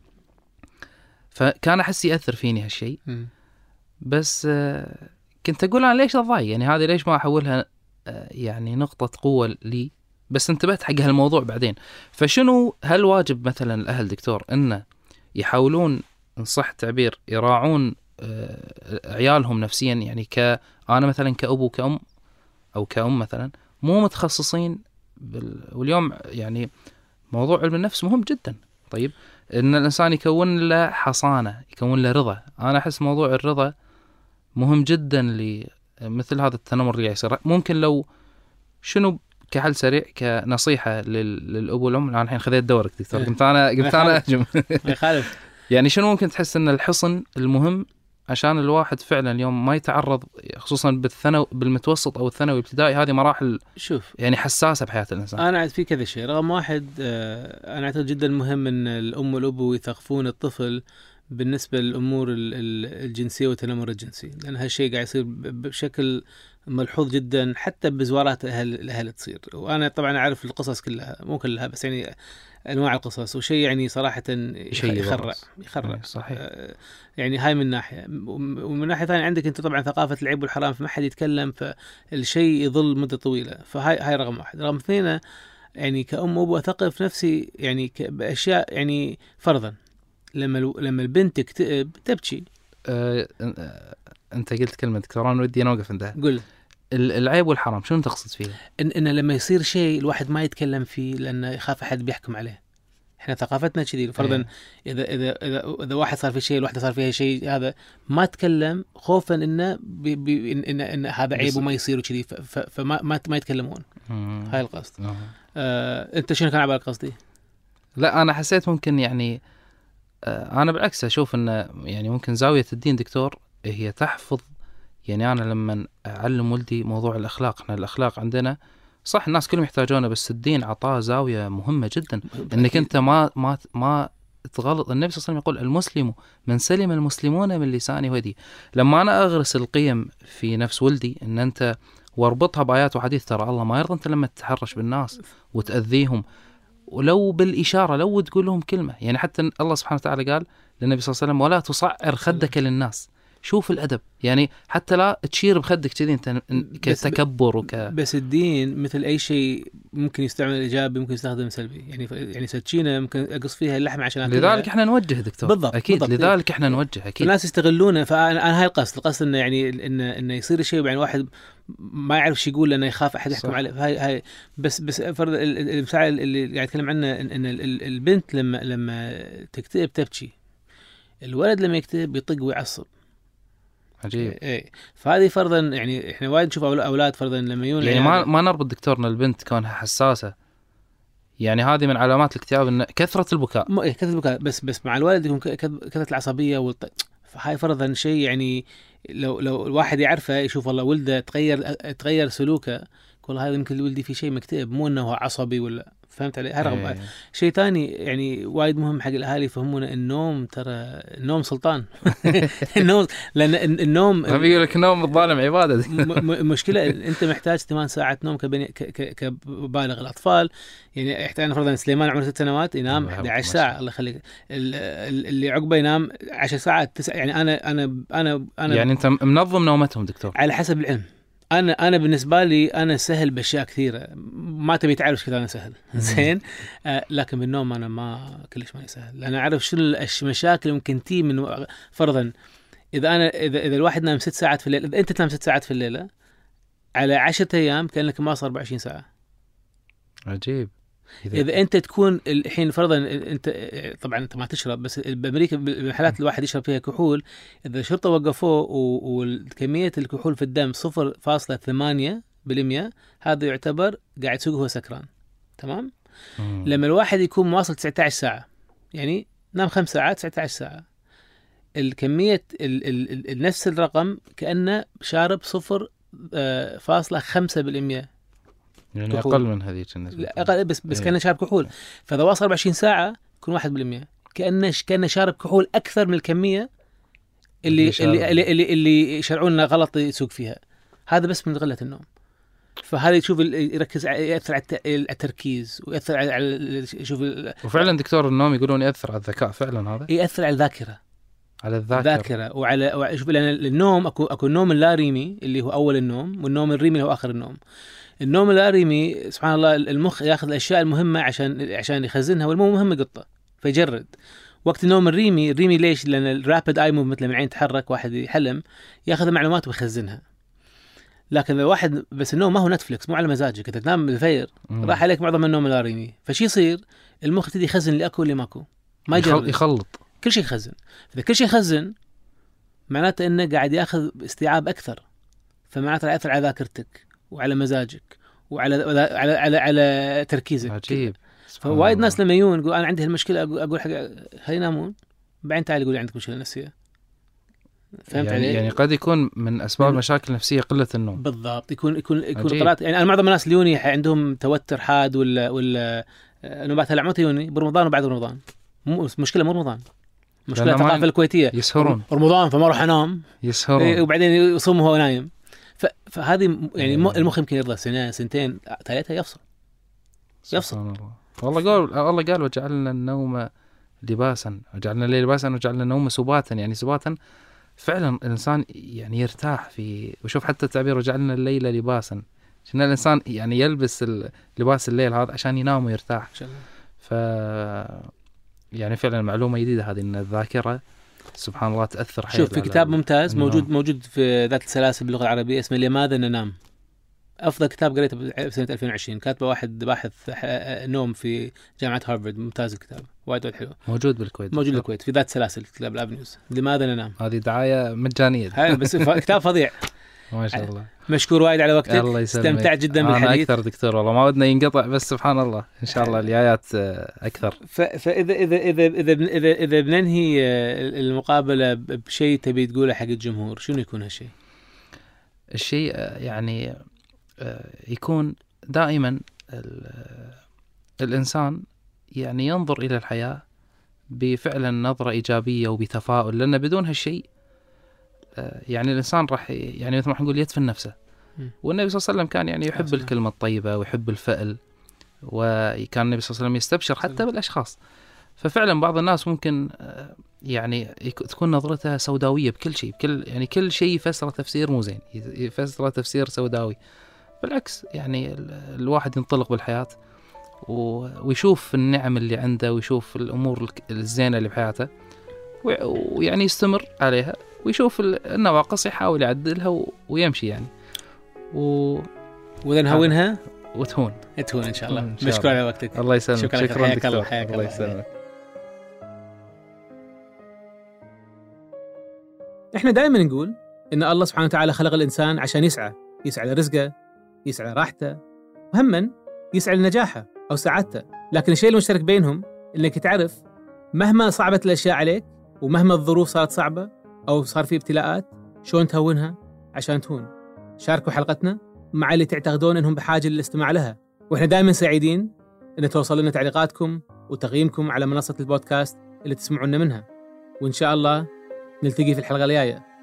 فكان أحس يأثر فيني هالشيء. بس كنت أقول أنا ليش أضايق يعني هذه ليش ما أحولها يعني نقطة قوة لي؟ بس انتبهت حق هالموضوع بعدين. فشنو هل واجب مثلا الأهل دكتور إنه يحاولون إن صح التعبير يراعون عيالهم نفسيا؟ يعني كأنا مثلا كأبو كأم أو كأم مثلا مو متخصصين بال... واليوم يعني موضوع علم النفس مهم جدا. طيب إن الإنسان يكون له حصانة، يكون له رضا. أنا أحس موضوع الرضا مهم جدا لمثل هذا التنمر اللي يصير. ممكن لو شنو كحل سريع كنصيحة لل... للأب والأم. أنا الحين خذيت دورك دكتور، قمت أنا قمت أنا أهجم يخالف يعني شنو ممكن تحس إن الحصن المهم عشان الواحد فعلا اليوم ما يتعرض خصوصا بالثانوي بالمتوسط أو الثانوي الابتدائي، هذه مراحل شوف يعني حساسة بحياة الإنسان. أنا أعد في كذا شيء. رقم واحد أنا أعتقد جدا مهم إن الأم والأب يثقفون الطفل بالنسبه للامور الجنسيه والتنمر الجنسي، لان هالشيء قاعد يصير بشكل ملحوظ جدا حتى بزوارات الاهل الاهل تصير. وانا طبعا اعرف القصص كلها، مو كلها بس يعني انواع القصص، وشيء يعني صراحه شيء يخرع يخرع صحيح. يعني هاي من ناحيه، ومن ناحيه ثانيه عندك انت طبعا ثقافه العيب والحرام، فما حد يتكلم، فالشيء يظل مده طويله. فهاي هاي رقم واحد. رقم اثنين، يعني كأم أبو أثقف نفسي يعني بأشياء، يعني فرضا لما لما البنت تكتئب تبكي. أه أنت قلت كلمة دكتور، أنا ودي نوقف عندها. قل. العيب والحرام شنو تقصد فيها؟ إن, إن لما يصير شيء الواحد ما يتكلم فيه لأنه يخاف أحد بيحكم عليه. إحنا ثقافتنا كذي فرضا. إيه. إذا إذا إذا إذا واحد صار في شيء، الواحدة صار فيها شيء، هذا ما تكلم خوفا إنه بي بي إن, إن, إن هذا عيب وما يصير وكذي، فما ما ما يتكلمون. مم. هاي القصد. مم. آه، أنت شنو كان على بالك قصدي؟ لا أنا حسيت ممكن يعني آه أنا بالعكس أشوف إنه يعني ممكن زاوية الدين دكتور هي تحفظ. يعني أنا لما أعلم ولدي موضوع الأخلاق، إحنا الأخلاق عندنا صح الناس كلهم يحتاجونه، بس الدين عطاه زاوية مهمة جدا، إنك أنت ما ما ما تغلط. النبي صلى الله عليه وسلم يقول المسلم من سلم المسلمون من لسانه ويده. لما أنا أغرس القيم في نفس ولدي إن أنت واربطها بآيات وحديث، ترى الله ما يرضى أنت لما تتحرش بالناس وتأذيهم، ولو بالإشارة، لو تقول لهم كلمة. يعني حتى الله سبحانه وتعالى قال للنبي صلى الله عليه وسلم ولا تصعر خدك للناس. شوف الأدب، يعني حتى لا تشير بخدك كذي انت كتكبر وك. بس الدين مثل أي شيء ممكن يستعمل إيجابي ممكن يستخدم سلبي. يعني يعني سكينة ممكن أقص فيها اللحم عشان أكلها. لذلك إحنا نوجه دكتور. بالضبط. أكيد بالضبط. لذلك إحنا نوجه أكيد. الناس يستغلونه. فأنا أنا هاي القصد القصد إنه يعني إنه إنه يصير شيء يعني واحد ما يعرف شو يقول لأنه يخاف أحد يحكم عليه. هاي هاي بس بس فرض المساعد اللي قاعد يتكلم عنه إن البنت لما لما تكتئب تبكي، الولد لما يكتئب بيطق ويعصب. عجيب. ايه. فهذه فرضا يعني احنا وايد نشوف اولاد فرضا لما يجون يعني ما ما نربط دكتورنا البنت كونها حساسه، يعني هذه من علامات الاكتئاب ان كثره البكاء. م... كثره البكاء، بس بس مع الولد يكون كثره العصبيه والط... فهاي فرضا شيء يعني لو لو الواحد يعرفه يشوف والله ولده تغير تغير سلوكه، والله هذا يمكن ولدي في شيء مكتئب، مو انه هو عصبي ولا. فهمت علي؟ هرب. ايه. شيء ثاني يعني وايد مهم حق الاهالي يفهمون النوم، ترى النوم سلطان. النوم لان النوم ما بيقول لك النوم الظالم عباده. م- مشكله انت محتاج ثمان ساعات نوم كبني ك- ك- كبالغ. الاطفال يعني يحتاج فرضا سليمان عمره ست سنوات ينام إحدى عشرة ساعه، الله يخليك. اللي عقبه ينام عشر ساعات تسع. يعني انا انا انا انا يعني انت منظم نومتهم دكتور على حسب العلم. انا انا بالنسبه لي انا سهل باشياء كثيره، ما تبي تعرف كذا انا سهل. زين. آه لكن بالنوم انا ما كلش ما سهل، لان اعرف شنو المشاكل ممكن تي من فرضا اذا انا اذا اذا الواحد نام ست ساعات في الليل، اذا انت تنام ست ساعات في الليله على عشرة ايام كانك ما صار أربعة وعشرين ساعه. عجيب. إذا, إذا أنت تكون الحين فرضا أنت طبعا أنت ما تشرب، بس بأمريكا بالحالات الواحد يشرب فيها كحول، إذا الشرطة وقفوه وكمية الكحول في الدم صفر فاصلة ثمانية بالمية، هذا يعتبر قاعد يسوق هو سكران. تمام. مم. لما الواحد يكون مواصل تسعة عشر ساعة، يعني نام خمس ساعات تسعة عشر ساعة، الكمية ال ال ال نفس الرقم كأنه شارب صفر فاصلة خمسة بالمية، يعني كحول. أقل من هذه النسبة. أقل، بس بس كأنه شارب كحول. فإذا واصل أربعة وعشرين ساعة يكون واحد بالمية، كأنه كأنه شارب كحول أكثر من الكمية اللي اللي اللي, اللي اللي يشرعوننا غلط يسوق فيها. هذا بس من غلة النوم. فهذا يشوف يركز يأثر على التركيز ويأثر على يشوف. وفعلا دكتور النوم يقولون يأثر على الذكاء، فعلا هذا يأثر على الذاكرة. على الذاكرة. ذاكرة وعلى شوف، لأن النوم أكو أكو النوم اللا ريمي اللي هو أول النوم، والنوم الريمي اللي هو آخر النوم. النوم الاريمي سبحان الله المخ ياخذ الاشياء المهمه عشان عشان يخزنها، والمو مهم يقطه فيجرد. وقت النوم الريمي الريمي ليش؟ لان الرابيد اي موفمنت لما العين تتحرك واحد يحلم ياخذ معلومات ويخزنها. لكن الواحد بس النوم ما هو نتفلكس، مو على مزاجك، انت تنام بالفير راح عليك معظم النوم الاريمي، فشي يصير المخ تدي يخزن اللي اكو اللي ماكو، ما يجرد، يخلط كل شيء يخزن. اذا كل شيء يخزن معناته انه قاعد ياخذ استيعاب اكثر، فمعناته ياثر على ذاكرتك وعلى مزاجك وعلى على على على تركيزك. عجيب. فوايد ناس لما يجون يقول انا عندي هالمشكله، اقول حق خلينا ينامون بعدين تعال يقول عندك مشكله نفسيه. فهمت يعني علي؟ يعني قد يكون من اسباب المشاكل النفسيه قله النوم. بالضبط. يكون يكون يكون قرات يعني انا معظم الناس اليوني عندهم توتر حاد ولا ولا نوبات هلع، متى يوني؟ برمضان وبعد رمضان. مو مشكله مو رمضان، مشكلة الثقافة الكويتية يسهرون رمضان فما اروح انام يسهرون وبعدين يصوم وهو نايم. ف... فهذه يعني المخ يمكن يرضى سنة سنتين ثلاثة يفصل يفصل. الله. والله قال الله قال وجعلنا النوم لباسا وجعلنا الليل لباسا وجعلنا النوم سباتا. يعني سباتا فعلا الإنسان يعني يرتاح في. وشوف حتى التعبير وجعلنا الليل لباسا، عشان الإنسان يعني يلبس لباس الليل هذا عشان ينام ويرتاح. ف يعني فعلا معلومة جديدة هذه، إن الذاكرة سبحان الله تأثر حيل. شوف في كتاب ممتاز موجود موجود في ذات السلاسل باللغة العربية اسمه لماذا ننام. أفضل كتاب قريته بسنة ألفين وعشرين، كاتبه واحد باحث نوم في جامعة هارفارد. ممتاز الكتاب، وايد وايد حلو. موجود بالكويت موجود بالكويت في ذات سلاسل كتاب الأفنيوز. لماذا ننام، هذه دعاية مجانية بس كتاب فظيع. ما شاء الله. مشكور وايد على وقتك، استمتعت جدا بالحديث. أنا أكثر دكتور والله، ما ودنا ينقطع، بس سبحان الله إن شاء الله الآيات أكثر. فإذا إذا إذا إذا إذا إذا بننهي المقابلة بشيء تبي تقوله حق الجمهور، شنو يكون هالشيء؟ الشيء يعني يكون دائما الإنسان يعني ينظر إلى الحياة بفعلا نظرة إيجابية وبتفاؤل، لأن بدون هالشيء يعني الإنسان راح يعني مثل ما نقول يدفن نفسه. والنبي صلى الله عليه وسلم كان يعني يحب أصلاً الكلمة الطيبة ويحب الفأل، وكان النبي صلى الله عليه وسلم يستبشر حتى بالأشخاص. ففعلا بعض الناس ممكن يعني تكون نظرتها سوداوية بكل شيء، بكل يعني كل شيء يفسره تفسير مو زين، يفسره تفسير سوداوي. بالعكس يعني الواحد ينطلق بالحياة ويشوف النعم اللي عنده ويشوف الأمور الزينة اللي بحياته ويعني يستمر عليها، ويشوف النواقص يحاول يعدلها ويمشي يعني و... وإذا نهونها وتهون تهون إن شاء الله. مشكور على وقتك. الله يسلمك. شكرا, شكرا حياك دكتور. الله. حياك الله يسلمك. إحنا دائما نقول إن الله سبحانه وتعالى خلق الإنسان عشان يسعى يسعى لرزقه، يسعى لراحته، وهمًا يسعى لنجاحه أو سعادته. لكن الشيء المشترك بينهم إنك تعرف مهما صعبت الأشياء عليك ومهما الظروف صارت صعبة أو صار في ابتلاءات، شلون تهونها عشان تهون. شاركوا حلقتنا مع اللي تعتقدون إنهم بحاجة للاستماع لها، وإحنا دائما سعيدين إن توصل لنا تعليقاتكم وتقييمكم على منصة البودكاست اللي تسمعونا منها. وإن شاء الله نلتقي في الحلقة الجاية.